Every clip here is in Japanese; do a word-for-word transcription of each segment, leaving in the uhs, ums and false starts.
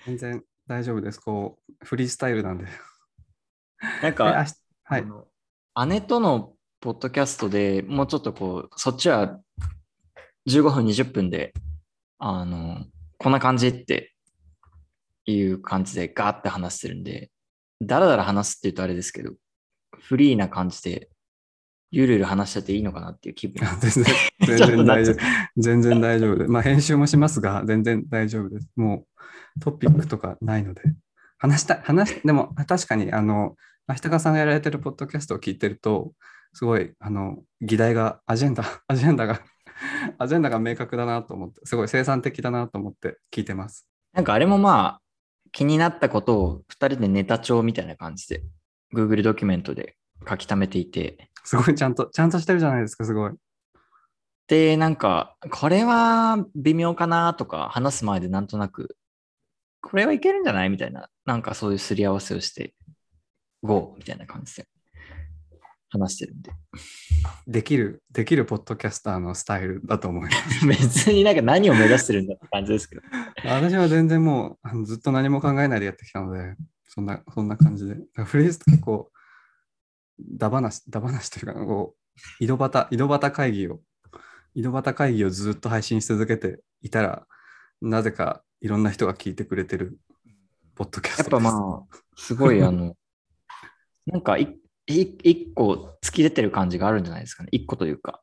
全然大丈夫です。こう、フリースタイルなんで。 なんえ、あか、 し、はい。 あの姉とのポッドキャストでもうちょっとこう、そっちはじゅうごふん、にじゅっぷんで、あの、こんな感じっていう感じでガーって話してるんで、だらだら話すって言うとあれですけど、フリーな感じでゆるゆる話してていいのかなっていう気分に全然、 ち全ょっとなっちゃう。 然大丈夫。全然大丈夫です。まあ、編集もしますが、全然大丈夫です。もう、トピックとかないので。話したい、話し、でも、確かに、あの、足高さんがやられてるポッドキャストを聞いてると、すごい、あの、議題が、アジェンダ、アジェンダが、アジェンダが明確だなと思って、すごい生産的だなと思って聞いてます。 なんかあれもまあ、気になったことをふたりでネタ帳みたいな感じで、Google ドキュメントで書き溜めていて、 すごいちゃんと、ちゃんとしてるじゃないですか、すごい。 で、なんか、これは微妙かなとか話す前でなんとなく、これはいけるんじゃないみたいな、なんかそういうすり合わせをして、ゴーみたいな感じで話してるんで。 できる、できるポッドキャスターのスタイルだと思います。 別になんか何を目指してるんだって感じですけど。 私は全然もうあのずっと何も考えないでやってきたので、そんな、そんな感じで。だからフリーズって結構、ダ話、ダ話というか、こう、井戸端、井戸端会議を、井戸端会議をずっと配信し続けていたら、なぜかいろんな人が聞いてくれてるポッドキャスやっぱトです。 まあ、すごいあの、なんかいい一個突き出てる感じがあるんじゃないですかね。一個というか、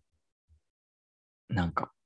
なんか。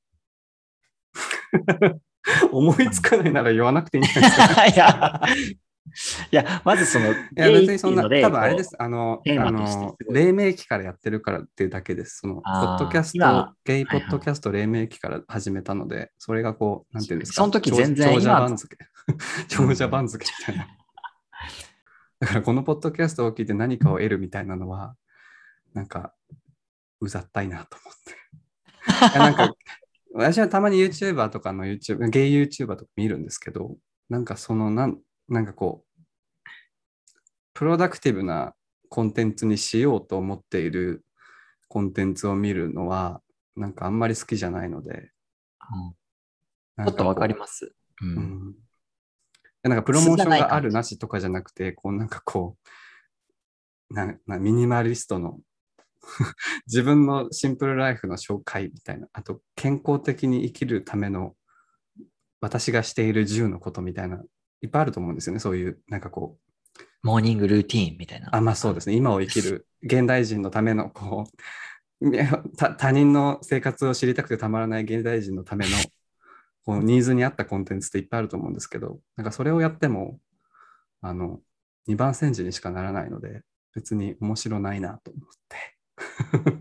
思いつかないなら言わなくていいんじゃないですか。 いや、いや、まずそのいや、 ゲイっ別にそんな、多ていうので、こう、 分あれです。あの、あテーマとしての、 すごい。 黎明期からやってるからっていうだけです。その、ポッドキャああ、今、 スト、ゲイポッドキはいはい。 ャスト黎明期から始めたので、それがこう、なんていうんですか、 その時長、 全然、 長者今、 番付。 うん、 長者番付みたいな。だからこのポッドキャストを聞いて何かを得るみたいなのは、なんか、うざったいなと思って。いや、なんか、私はたまに YouTuber とかの YouTube、ゲイ YouTuber とか見るんですけど、なんかその、なん、なんかこう、プロダクティブなコンテンツにしようと思っているコンテンツを見るのは、なんかあんまり好きじゃないので、 うんなちょっとわかりんかこます。うう、うん。 ん、なんかプロ素じゃモーションがあない感じ。 るなしとかじゃなくて、こうなんかこう、ななミニマリストの自分のシンプルライフの紹介みたいな、あと健康的に生きるための私がしているじゅうのことみたいな、いっぱいあると思うんですよね。そういう、なんかこう、 モーニングルーティーンみたいな。 あ、まあそあのうですね。今を生きる現代人のための、こう、他他人の生活を知りたくてたまらない現代人のための、こうニーズに合ったコンテンツっていっぱいあると思うんですけど、なんかそれをやっても、あの、二番煎じにしかならないので、別に面白ないなと思って。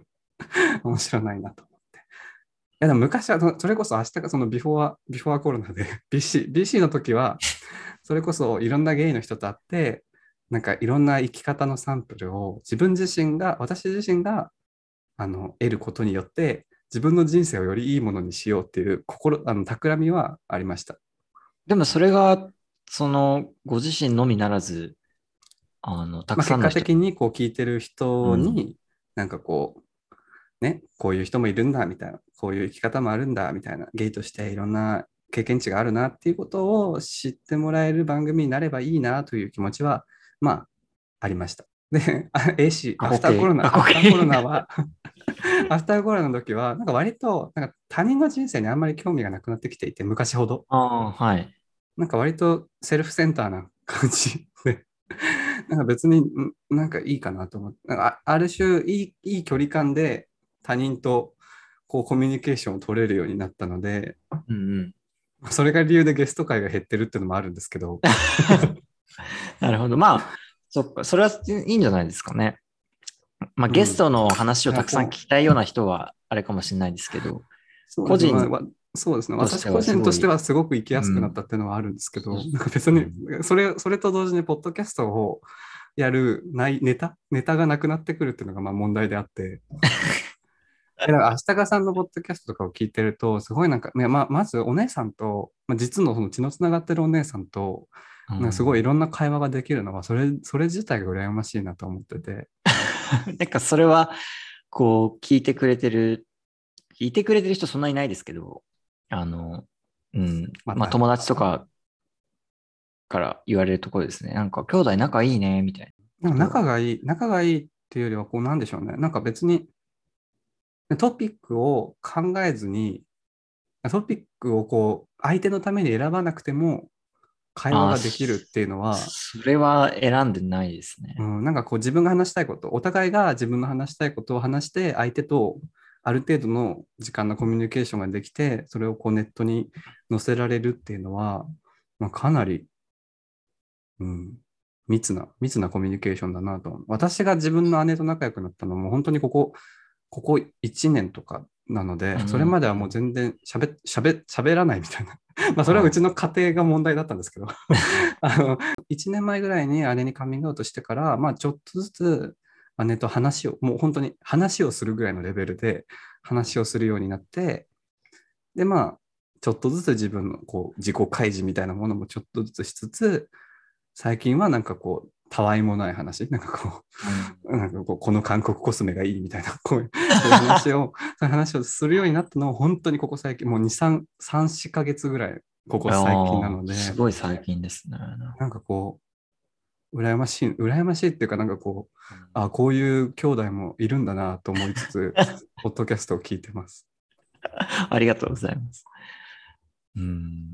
面白ないなと思って。いやでも昔は、それこそ明日がそのビフォー、ビフォーコロナで ビーシー、ビーシー の時は、それこそいろんなゲイの人と会って、なんかいろんな生き方のサンプルを自分自身が、私自身があの得ることによって、自分の人生をよりいいものにしようっていう心、あの企みはありました。 でもそれが、その、ご自身のみならず、あの、たまあ、結果くさんの人、 的にこう聞いてる人うん、 に、なんかこう、ね、こういう人もいるんだみたいな、こういう生き方もあるんだみたいな、ゲイとしていろんな経験値があるなっていうことを知ってもらえる番組になればいいなという気持ちは、まあ、ありました。で、エーシー、アフ過去形、 ターコロナ、 過去アフターコロ形。 ナはアフターコロナの時は、なんか割と、なんか他人の人生にあんまり興味がなくなってきていて、昔ほど。 ああ、はい。 なんか割とセルフセンターな感じで、なんか別にんなんかいいかなと思って、なんかあある種いい、いい距離感で他人とこうコミュニケーションを取れるようになったので、 うんうん。 それが理由でゲスト会が減ってるっていうのもあるんですけど、 なるほど。まあ、そっか、それはいいんじゃないですかね。まあ、 うん。 ゲストの話をたくさん聞いやこうきたいような人はあれかもしれないですけど、 そうですね。まあ、 個人わそうですね。私としては個人としてすごい、 はすごく生きやすくなっうん、 たっていうのはあるんですけど、 そうなんか別に、 うん、 それ、それと同時に、ポッドキャストをやるないネタ、ネタがなくなってくるっていうのがまあ問題であって、えだから、足高さんのポッドキャストとかを聞いてると、すごいなんか、ね、まあ、まずお姉さんと、まあ、実のその血のつながってるお姉さんと、 うなんかすごいいん。 ろんな会話ができるのは、それ、それ自体が羨ましいなと思ってて、 なんかそれは、こう、聞いてくれてる、聞いてくれてる人そんなにいないですけど、あの、うん、まあまた、 友達とかから言われるところですね。なんか兄弟仲いいね、みたいなんかな。 仲がいい、仲がいいっていうよりは、こうなんでしょうね。なんか別にトピックを考えずに、トピックをこう相手のために選ばなくても会話ああ、 ができるっていうのは、 それは選んでないですね。 うん、なんかこう自分が話したいこと、お互いが自分の話したいことを話して、相手とある程度の時間のコミュニケーションができて、それをこうネットに載せられるっていうのは、まあ、かなり、うん、密な、密なコミュニケーションだなと思う。私が自分の姉と仲良くなったのも、本当にここ、ここいちねんとかなので、それうん。 まではもう全然喋、喋、喋らないみたいな。まあ、それはうあちの家庭が問題だったんですけど、あの、いちねんまえぐらいに姉にカミングアウトしてから、まあ、ちょっとずつ姉と話を、もう本当に話をするぐらいのレベルで話をするようになって、で、まあ、ちょっとずつ自分のこう自己開示みたいなものもちょっとずつしつつ、最近はなんかこう、たわいもない話、なんかこうんう、なんかこうこの韓国コスメがいいみたいな、こういうそういう話を、そういう話をするようになったのは、本当にここ最近、もうに、さん、さん、よんかげつぐらい、ここ最近なああ、 ので、 すごい最近ですね。 なんかこう、羨ましい、羨ましいっていうか、なんかこう、 うんあ、こういう兄弟もいるんだなと思いつつ、ポッドキャストを聞いてます。 ありがとうございます。うん。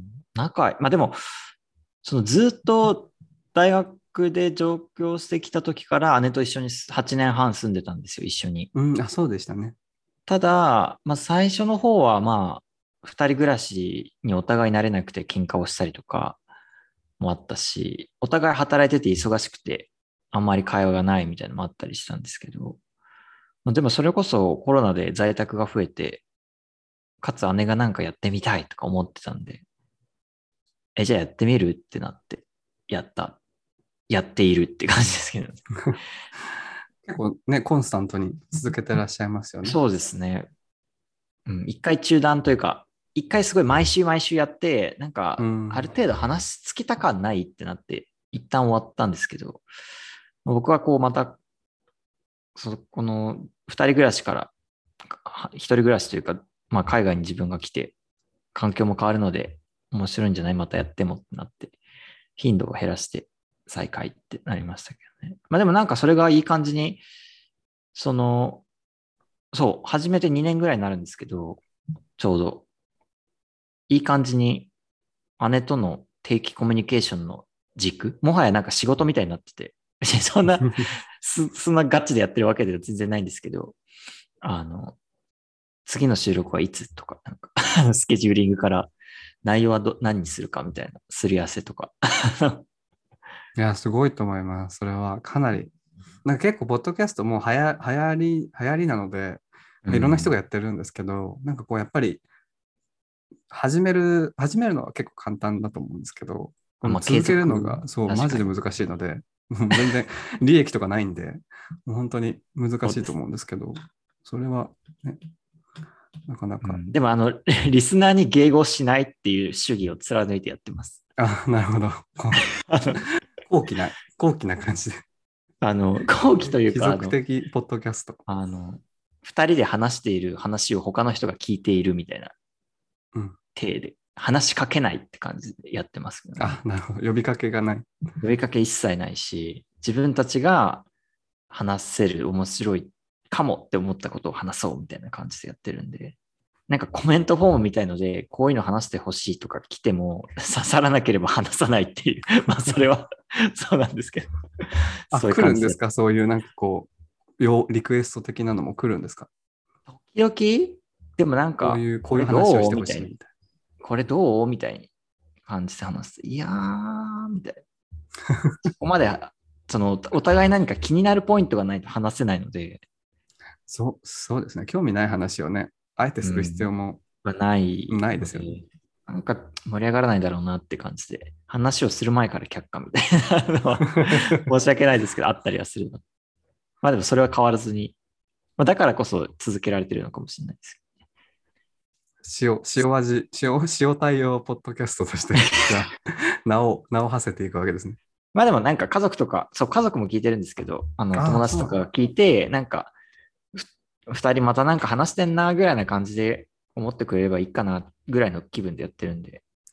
仲いい。まあでも、そのずっと大学で上京してきた時から姉と一緒にはちねんはん住んでたんですよ、一緒に。 うん、あ、そうでしたね。 ただ、まあ最初の方はまあ、二人暮らしにお互い慣れなくて喧嘩をしたりとかもあったし、お互い働いてて忙しくて、あんまり会話がないみたいなのもあったりしたんですけど、まあでもそれこそコロナで在宅が増えて、かつ姉がなんかやってみたいとか思ってたんで、え、じゃあやってみるってなって、やった。やっているって感じですけど。 結構ね、コンスタントに続けてらっしゃいますよね。 そうですね。うん、一回中断というか、一回すごい毎週毎週やって、なんうか、あるん。 程度話つきた感ないってなって、一旦終わったんですけど、僕はこうまた、そこの二人暮らしから、は一人暮らしというか、まあ海外に自分が来て、環境も変わるので、面白いんじゃないまたやってもってなって、頻度を減らして再開ってなりましたけどね。まあでもなんかそれがいい感じに、その、そう、始めてにねんぐらいになるんですけど、ちょうど、いい感じに姉との定期コミュニケーションの軸、もはやなんか仕事みたいになってて、別にそんな、そそんなガチでやってるわけでは全然ないんですけど、あの、次の収録はいつとか、なんかスケジューリングから内容はど何にするかみたいな、すり合わせとか。 いや、すごいと思います。それはかなり。なんか結構、ポッドキャストもはや流行り、流行りなので、 ういろんな人がん。 やってるんですけど、なんかこう、やっぱり始める、始めるのは結構簡単だと思うんですけど、こあ、まあ、継の続けるの続、 が、そう、マ確かに。 ジで難しいので、もう全然利益とかないんで、もう本当に難しいとそうです。 思うんですけど、それは、ね、なかなか、 うん、でも、あの、リスナーに迎合しないっていう主義を貫いてやってます。 あ、なるほど。こうあの、 高貴な、高貴な感じで、 あの後期というか、あ貴族の、 的ポッドキャスト。 あの、二人で話している話を他の人が聞いているみたいなうん。 体で、話しかけないって感じでやってますけどね。 あ、なるほど。呼びかけがない。 呼びかけ一切ないし、自分たちが話せる面白いかもって思ったことを話そうみたいな感じでやってるんで、なんかコメントフォームみたいので、こういうの話してほしいとか来ても刺さらなければ話さないっていう、まあそれはそうなんですけど、 あ、 そういう感じで。 来るんですか？そういうなんかこう、よリクエスト的なのも来るんですか？ 時々、でもなんか、 こういう、こういうこれ話をしてどうみたいに、 ほしいみたいこれどうみたいに感じで話す。いやー、みたいな。ここまで、その、お互い何か気になるポイントがないと話せないので、 な。そう、そうですね。興味ない話をね、あえてする必うん、 要もはないないですよね。 ので、なんか盛り上がらないだろうなって感じで、話をする前から却下みたいなのは申し訳ないですけど、あったりはするの。まあでもそれは変わらずに、まあ、だからこそ続けられてるのかもしれないです。 塩、塩味、塩、塩対応ポッドキャストとして、じゃあ、名を、名を馳せていくわけですね。 まあでもなんか家族とか、そう、家族も聞いてるんですけど、あの、 ああ、 友達とかがそうなんだ。 聞いて、なんか、ふ二人またなんか話してんなぐらいな感じで思ってくれればいいかなぐらいの気分でやってるんで。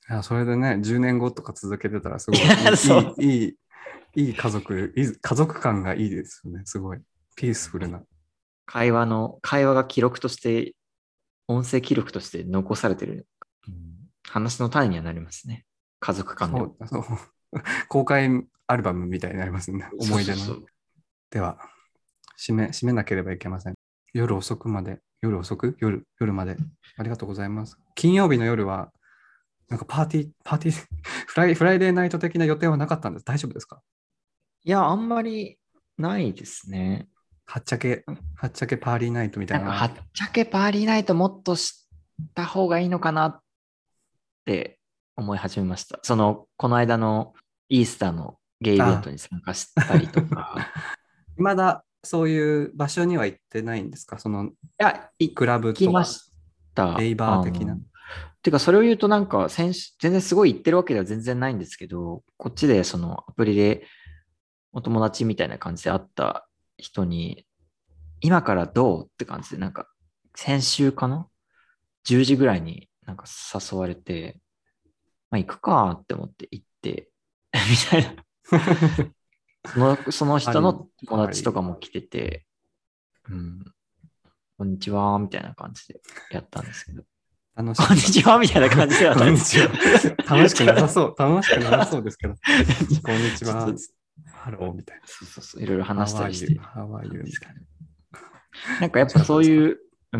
いや、それでね、じゅうねんごとか続けてたらすごいいやそう。 い、いい、いい、いい家族、いい家族感がいいですよね。すごい。ピースフルな。 会話の、会話が記録として、音声記録として残されてる、うん、話の種にはなりますね。家族間でも。 そう、そう。公開アルバムみたいになりますね。思い出の。 そうそうそう。 では、締め、締めなければいけません。夜遅くまで、夜遅く夜、夜まで。ありがとうございます。金曜日の夜は、なんかパーティー、パーティー、フライ、フライデーナイト的な予定はなかったんです。大丈夫ですか？ いや、あんまりないですね。 はっちゃけ、はっちゃけパーリーナイトみたなんか、はいな。 っちゃけパーリーナイトもっとした方がいいのかなって思い始めました。その、この間のイースターのゲイイベンあトに参加したりとか、 いまだそういう場所には行ってないんですか？そのいや、行クラブとか、 きました。 レイバーあの、 的な。 てか、それを言うとなんか、先週、全然すごい行ってるわけでは全然ないんですけど、こっちでそのアプリでお友達みたいな感じで会った人に、今からどうって感じで、なんか、先週かな？ じゅう 時ぐらいになんか誘われて、まあ行くかって思って行って、みたいな。その、その人パリ、 の友パリ。 達とかも来てて、うん、こんにちは、みたいな感じでやったんですけど、 楽しこんにかったですか？ ちは、みたいな感じではこないです。 んにちは。楽しくなさそう。楽しくなさそうですけど。こんにちは。 ちょっと、 ハローみたいそうそうそう、いろいろな。 話し How た are りし you? て How are たん you? ですけど、 みたいな。 なんかやっぱ楽しかったですか？ そういう、うん、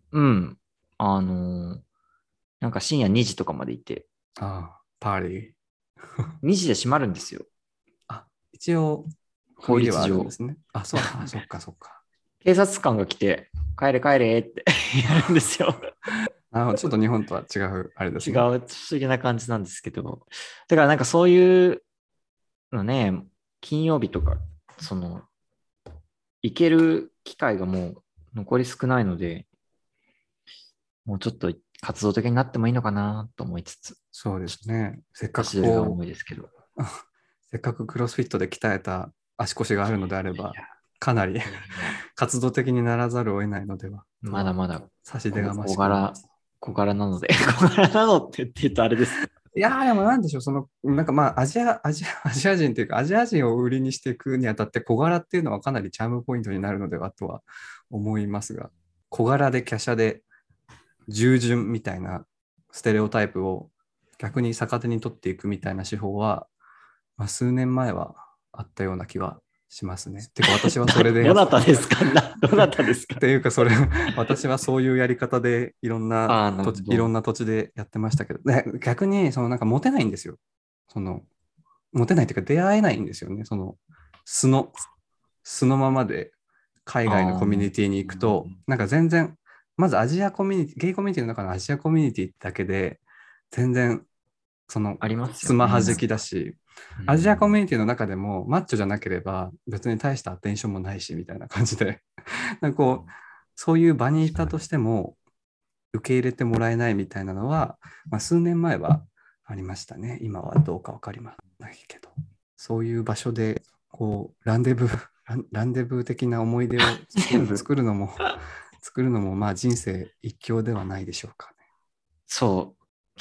うん、あのーなんか深夜にじとかまでいて、 ああ、パーリー。 にじで閉まるんですよ、 あ、一応、区法切りはあるんで律上。 すね。あ、そう、あ、そっかそっか。 警察官が来て、帰れ帰れってやるんですよ。 なるほど。ちょっと日本とは違う、あれですね。 違う、不思議な感じなんですけど。だからなんかそういうのね、金曜日とか、その、行ける機会がもう残り少ないので、もうちょっと活動的になってもいいのかなと思いつつ、 そうですね。せっかく足取りがこう、 重いですけど。 せっかくクロスフィットで鍛えた足腰があるのであれば、かなりいやいや、 活動的にならざるを得ないのでは、とは、 まだまだ差し出小がましく思いま小柄、 す。 小柄なので、小柄なのって言うとあれですけど。 いやー、でもなんでしょう、その、なんかまあ、アジア、アジア、アジア人というか、アジア人を売りにしていくにあたって、小柄っていうのはかなりチャームポイントになるのではとは思いますが、小柄で華奢で従順みたいなステレオタイプを逆に逆手に取っていくみたいな手法は、まあ、数年前はあったような気はしますね。てか私はそれでやっどなたですかなどなたですか？ ていうかそれ私はそういうやり方でいろんなああ、なる土地いろんほど。 な土地でやってましたけど、ね、逆にそのなんかモテないんですよ。そのモテないっていうか出会えないんですよね。その素の素のままで海外のああ、 コミュニティに行くと、なんか全然まずアジアコミュニティ、ゲイコミュニティの中のアジアコミュニティだけで全然そのありますよね。 つまはじなんか、 きだし、 うアジアコミュん、 ニティの中でもマッチョじゃなければ別に大したアテンションもないしみたいな感じでなんかこうそういう場にいたとしても受け入れてもらえないみたいなのは、まあ、数年前はありましたね。今はどうか分かりませんけど、そういう場所でこうランデブーランランデブー的な思い出を作る全部。 作るのも作るのもまあ人生一興ではないでしょうかね。 そう、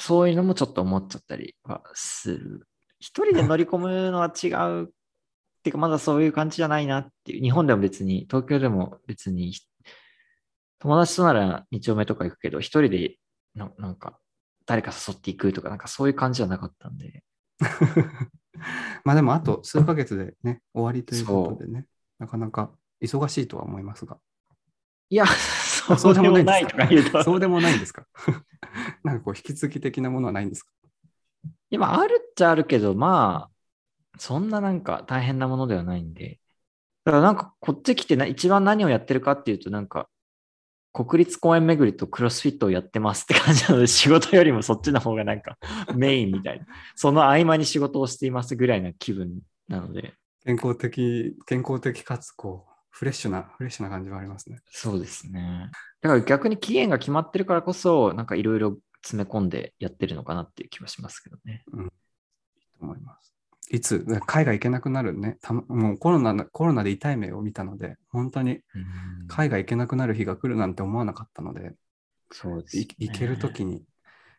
そういうのもちょっと思っちゃったりはする。一人で乗り込むのは違う。っていうか、まだそういう感じじゃないなっていう。日本でも別に、東京でも別に、友達とならに丁目とか行くけど、一人でな、なんか、誰か誘っていくとか、なんかそういう感じじゃなかったんで。 まあでもあと数ヶ月でね、終わりということそう。 でね、なかなか忙しいとは思いますが。 いや、 あ、そうでそうでもないんですか？ もないとか言うと。 そうでもないんですか？なんかこう引き継ぎ的なものはないんですか？ 今、あるっちゃあるけど、まあ、そんななんか大変なものではないんで。だからなんかこっち来てな一番何をやってるかっていうと、なんか国立公園巡りとクロスフィットをやってますって感じなので、仕事よりもそっちの方がなんかメインみたいな。その合間に仕事をしていますぐらいな気分なので。 健康的、健康的かつこう、フレッシュな、フレッシュな感じはありますね。 そうですね。だから逆に期限が決まってるからこそ、なんかいろいろ詰め込んでやってるのかなっていう気はしますけどね。 うん、いいと思います。いつ、海外行けなくなるね、たもうコロナ、コロナで痛い目を見たので、本当にうん海外行けなくなる日が来るなんて思わなかったので、 そうですいよ行けるとね。 きに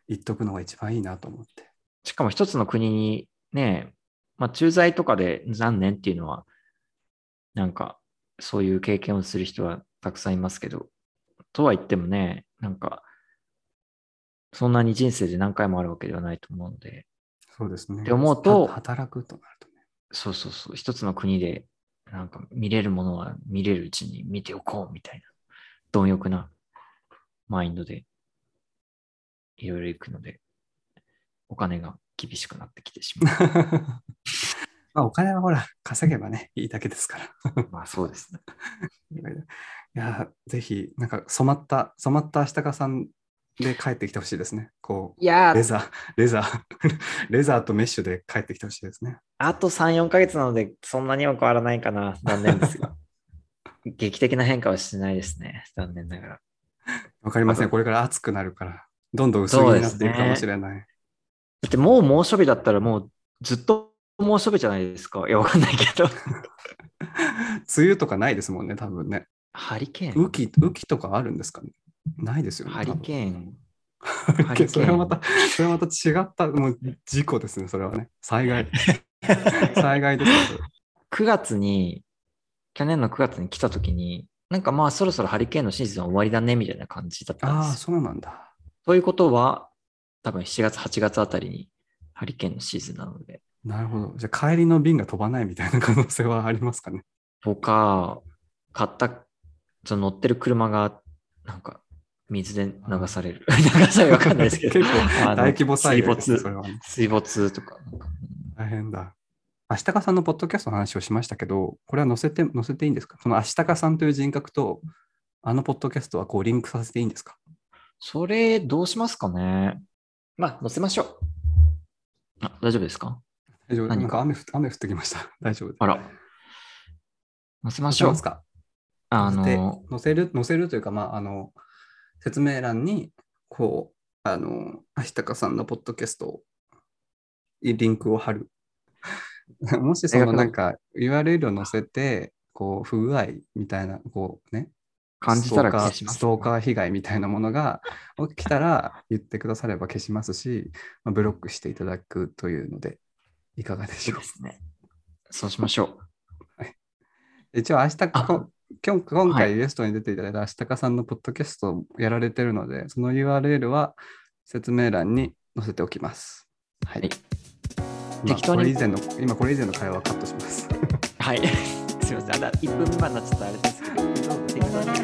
言っとくのが一番いいなと思って。 しかも一つの国にね、まあ、駐在とかで何年っていうのは、なんかそういう経験をする人はたくさんいますけど、とは言ってもね、なんかそんなに人生で何回もあるわけではないと思うので、 そうですね。 って思うと、 働くとなるとね。 そうそうそう、一つの国でなんか見れるものは見れるうちに見ておこうみたいな、貪欲なマインドでいろいろ行くので、お金が厳しくなってきてしまう。 まあお金はほら、稼げばね、いいだけですから。 まあそうですね。 いや、ぜひ、なんか染まった、染まったアシタカさんで帰ってきてほしいですね。こう、 いやー、 レザー、レザー、レザーとメッシュで帰ってきてほしいですね。 あとさん、よんかげつなので、そんなには変わらないかな。残念ですが。劇的な変化はしてないですね。残念ながら。 わかりません。 あと、 これから暑くなるから、どんどん薄着そうでになっていくかもしすね。 れない。 だってもう猛暑日だったらもうずっと猛暑日じゃないですか。いや、わかんないけど。 梅雨とかないですもんね、多分ね。 ハリケーン雨季、雨季とかあるんですかね。ないですよね。 ハリケーンハリケーン。それはまた、それはまた違った、もう事故ですね、それはね。災害。災害ですね。 くがつに、去年のくがつに来た時に、なんかまあそろそろハリケーンのシーズン終わりだねみたいな感じだったんでああ、 すよ。 そうなんだ。 ということは、多分しちがつ、はちがつあたりにハリケーンのシーズンなので。 なるほど。じゃあ帰りの便が飛ばないみたいな可能性はありますかね。 とか、買った、その乗ってる車が、なんか、水で流される。流されるわかんないですけど。 結構大規模災害ですね、 水没、 それはね。 水没とか。 大変だ。アシタカさんのポッドキャストの話をしましたけど、これは載せて、載せていいんですか？そのアシタカさんという人格と、あのポッドキャストはこうリンクさせていいんですか？ それ、どうしますかね。まあ、載せましょう。あ、大丈夫ですか？ 大丈夫。 何かなんか雨降って雨降ってきました。大丈夫。 あら。載せま載しょう。 せますか？ あ載せて、 の、 載せる、載せるというか、まあ、あの、説明欄に、こう、あの、アシタカさんのポッドキャストを、リンクを貼る。もしその大学のなんか ユーアールエル を載せて、こう、不具合みたいな、こうね、 感じたらストーカー、 消します。 ストーカー被害みたいなものが起きたら言ってくだされば消しますし、まあ、ブロックしていただくというので、いかがでしょう。 そうですね。そうしましょう。 はい、一応、明日あ、 こ今日今はい。 回ゲストに出ていただいた明日かさんのポッドキャストをやられているので、その ユーアールエル は説明欄に載せておきます。はい。 はい今適当にこれ以前の、今これ以前の会話はカットします。 はい。すみません。あだいっぷん未満になっちゃったあれですけど、適当に